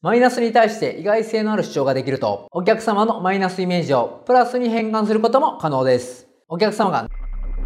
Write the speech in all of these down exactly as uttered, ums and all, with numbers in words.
マイナスに対して意外性のある主張ができると、お客様のマイナスイメージをプラスに変換することも可能です。お客様が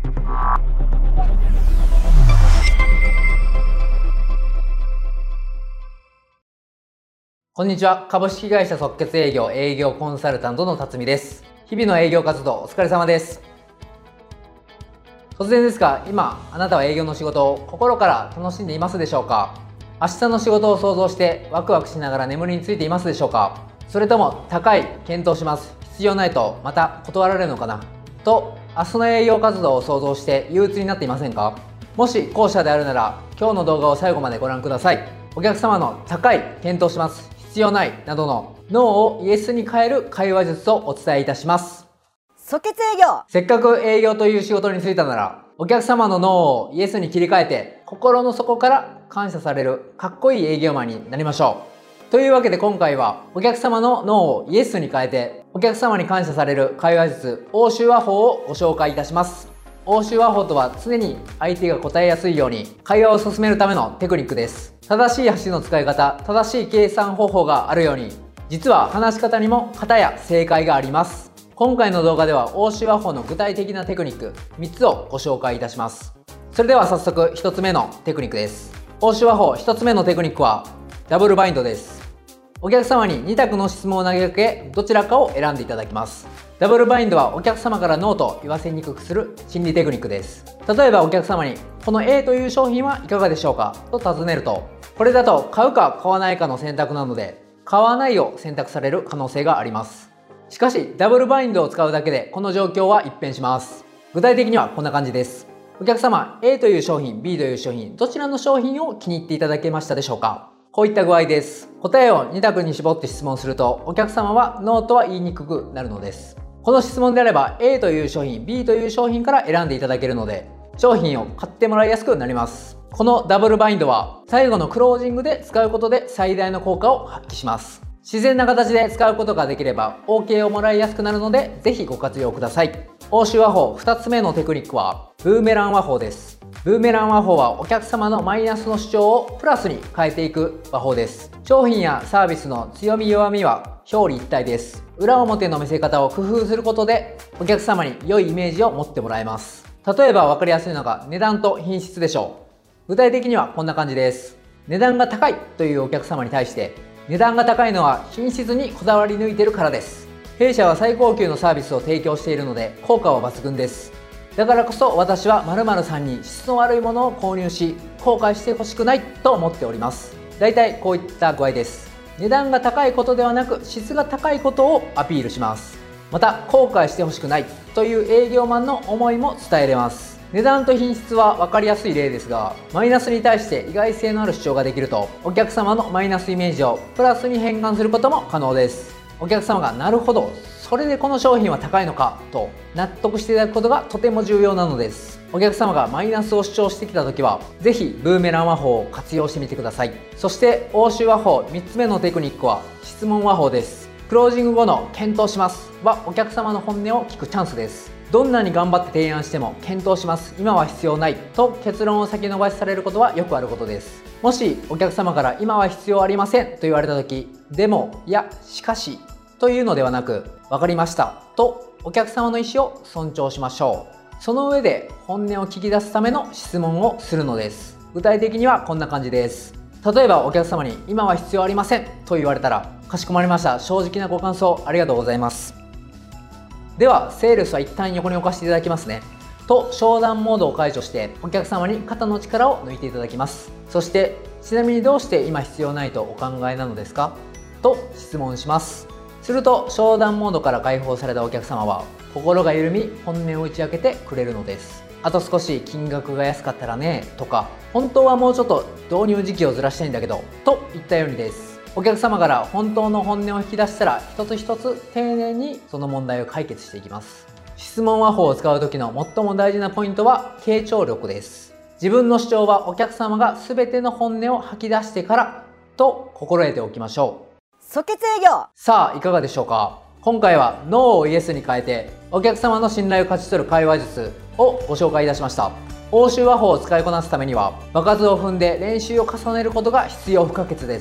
こんにちは。株式会社即決営業営業コンサルタントの辰巳です。日々の営業活動お疲れ様です。突然ですが、今あなたは営業の仕事を心から楽しんでいますでしょうか？明日の仕事を想像してワクワクしながら眠りについていますでしょうか？それとも高い、検討します、必要ないとまた断られるのかなと、明日の営業活動を想像して憂鬱になっていませんか？もし後者であるなら、今日の動画を最後までご覧ください。お客様の高い、検討します、必要ないなどのノーをイエスに変える会話術をお伝えいたします。 即決営業。 せっかく営業という仕事に就いたなら、お客様のノーをイエスに切り替えて、心の底から感謝されるかっこいい営業マンになりましょう。というわけで今回は、お客様のノーをイエスに変えて、お客様に感謝される会話術、欧州和法をご紹介いたします。欧州和法とは常に相手が答えやすいように会話を進めるためのテクニックです。正しい箸の使い方、正しい計算方法があるように、実は話し方にも型や正解があります。今回の動画では欧州和法の具体的なテクニックみっつをご紹介いたします。それでは早速ひとつめのテクニックです。欧州和法ひとつめのテクニックはダブルバインドです。お客様にに択の質問を投げかけ、どちらかを選んでいただきます。ダブルバインドはお客様からノーと言わせにくくする心理テクニックです。例えばお客様にこの A という商品はいかがでしょうかと尋ねると、これだと買うか買わないかの選択なので、買わないを選択される可能性があります。しかしダブルバインドを使うだけでこの状況は一変します。具体的にはこんな感じです。お客様 A という商品 B という商品、どちらの商品を気に入っていただけましたでしょうか？こういった具合です。答えをに択に絞って質問すると、お客様はノーとは言いにくくなるのです。この質問であれば A という商品 B という商品から選んでいただけるので、商品を買ってもらいやすくなります。このダブルバインドは最後のクロージングで使うことで最大の効果を発揮します。自然な形で使うことができれば オーケー をもらいやすくなるので、ぜひご活用ください。欧州和法ふたつめのテクニックはブーメラン和法です。ブーメラン和法はお客様のマイナスの主張をプラスに変えていく和法です。商品やサービスの強み弱みは表裏一体です。裏表の見せ方を工夫することでお客様に良いイメージを持ってもらえます。例えば分かりやすいのが値段と品質でしょう。具体的にはこんな感じです。値段が高いというお客様に対して、値段が高いのは品質にこだわり抜いてるからです。弊社は最高級のサービスを提供しているので効果は抜群です。だからこそ私は〇〇さんに質の悪いものを購入し後悔してほしくないと思っております。だいたいこういった具合です。値段が高いことではなく質が高いことをアピールします。また後悔してほしくないという営業マンの思いも伝えれます。値段と品質は分かりやすい例ですが、マイナスに対して意外性のある主張ができると、お客様のマイナスイメージをプラスに変換することも可能です。お客様がなるほど、それでこの商品は高いのかと納得していただくことがとても重要なのです。お客様がマイナスを主張してきた時は、ぜひブーメラン和法を活用してみてください。そして欧州和法みっつめのテクニックは質問和法です。クロージング後の検討しますはお客様の本音を聞くチャンスです。どんなに頑張って提案しても検討します、今は必要ないと結論を先延ばしされることはよくあることです。もしお客様から今は必要ありませんと言われた時、でも、いや、しかしというのではなく、わかりましたとお客様の意思を尊重しましょう。その上で本音を聞き出すための質問をするのです。具体的にはこんな感じです。例えばお客様に今は必要ありませんと言われたら、かしこまりました、正直なご感想ありがとうございます。ではセールスは一旦横に置かせていただきますねと商談モードを解除してお客様に肩の力を抜いていただきます。そしてちなみにどうして今必要ないとお考えなのですかと質問します。すると商談モードから解放されたお客様は心が緩み本音を打ち明けてくれるのです。あと少し金額が安かったらねとか、本当はもうちょっと導入時期をずらしたいんだけどといったようにです。お客様から本当の本音を引き出したら一つ一つ丁寧にその問題を解決していきます。質問和法を使う時の最も大事なポイントは傾聴力です。自分の主張はお客様が全ての本音を吐き出してからと心得ておきましょう。 即決営業。 さあいかがでしょうか？今回はノーをイエスに変えてお客様の信頼を勝ち取る会話術をご紹介いたしました。欧州和法を使いこなすためには場数を踏んで練習を重ねることが必要不可欠です。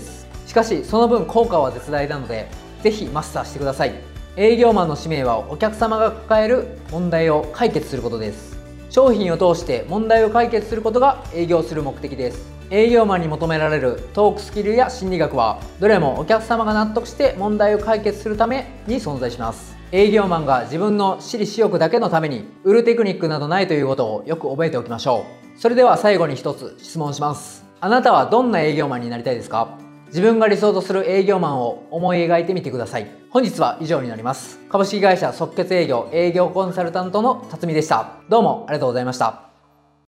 しかしその分効果は絶大なので、ぜひマスターしてください。営業マンの使命はお客様が抱える問題を解決することです。商品を通して問題を解決することが営業する目的です。営業マンに求められるトークスキルや心理学は、どれもお客様が納得して問題を解決するために存在します。営業マンが自分の私利私欲だけのために売るテクニックなどないということをよく覚えておきましょう。それでは最後に一つ質問します。あなたはどんな営業マンになりたいですか？自分が理想とする営業マンを思い描いてみてください。本日は以上になります。株式会社即決営業営業コンサルタントの辰巳でした。どうもありがとうございました。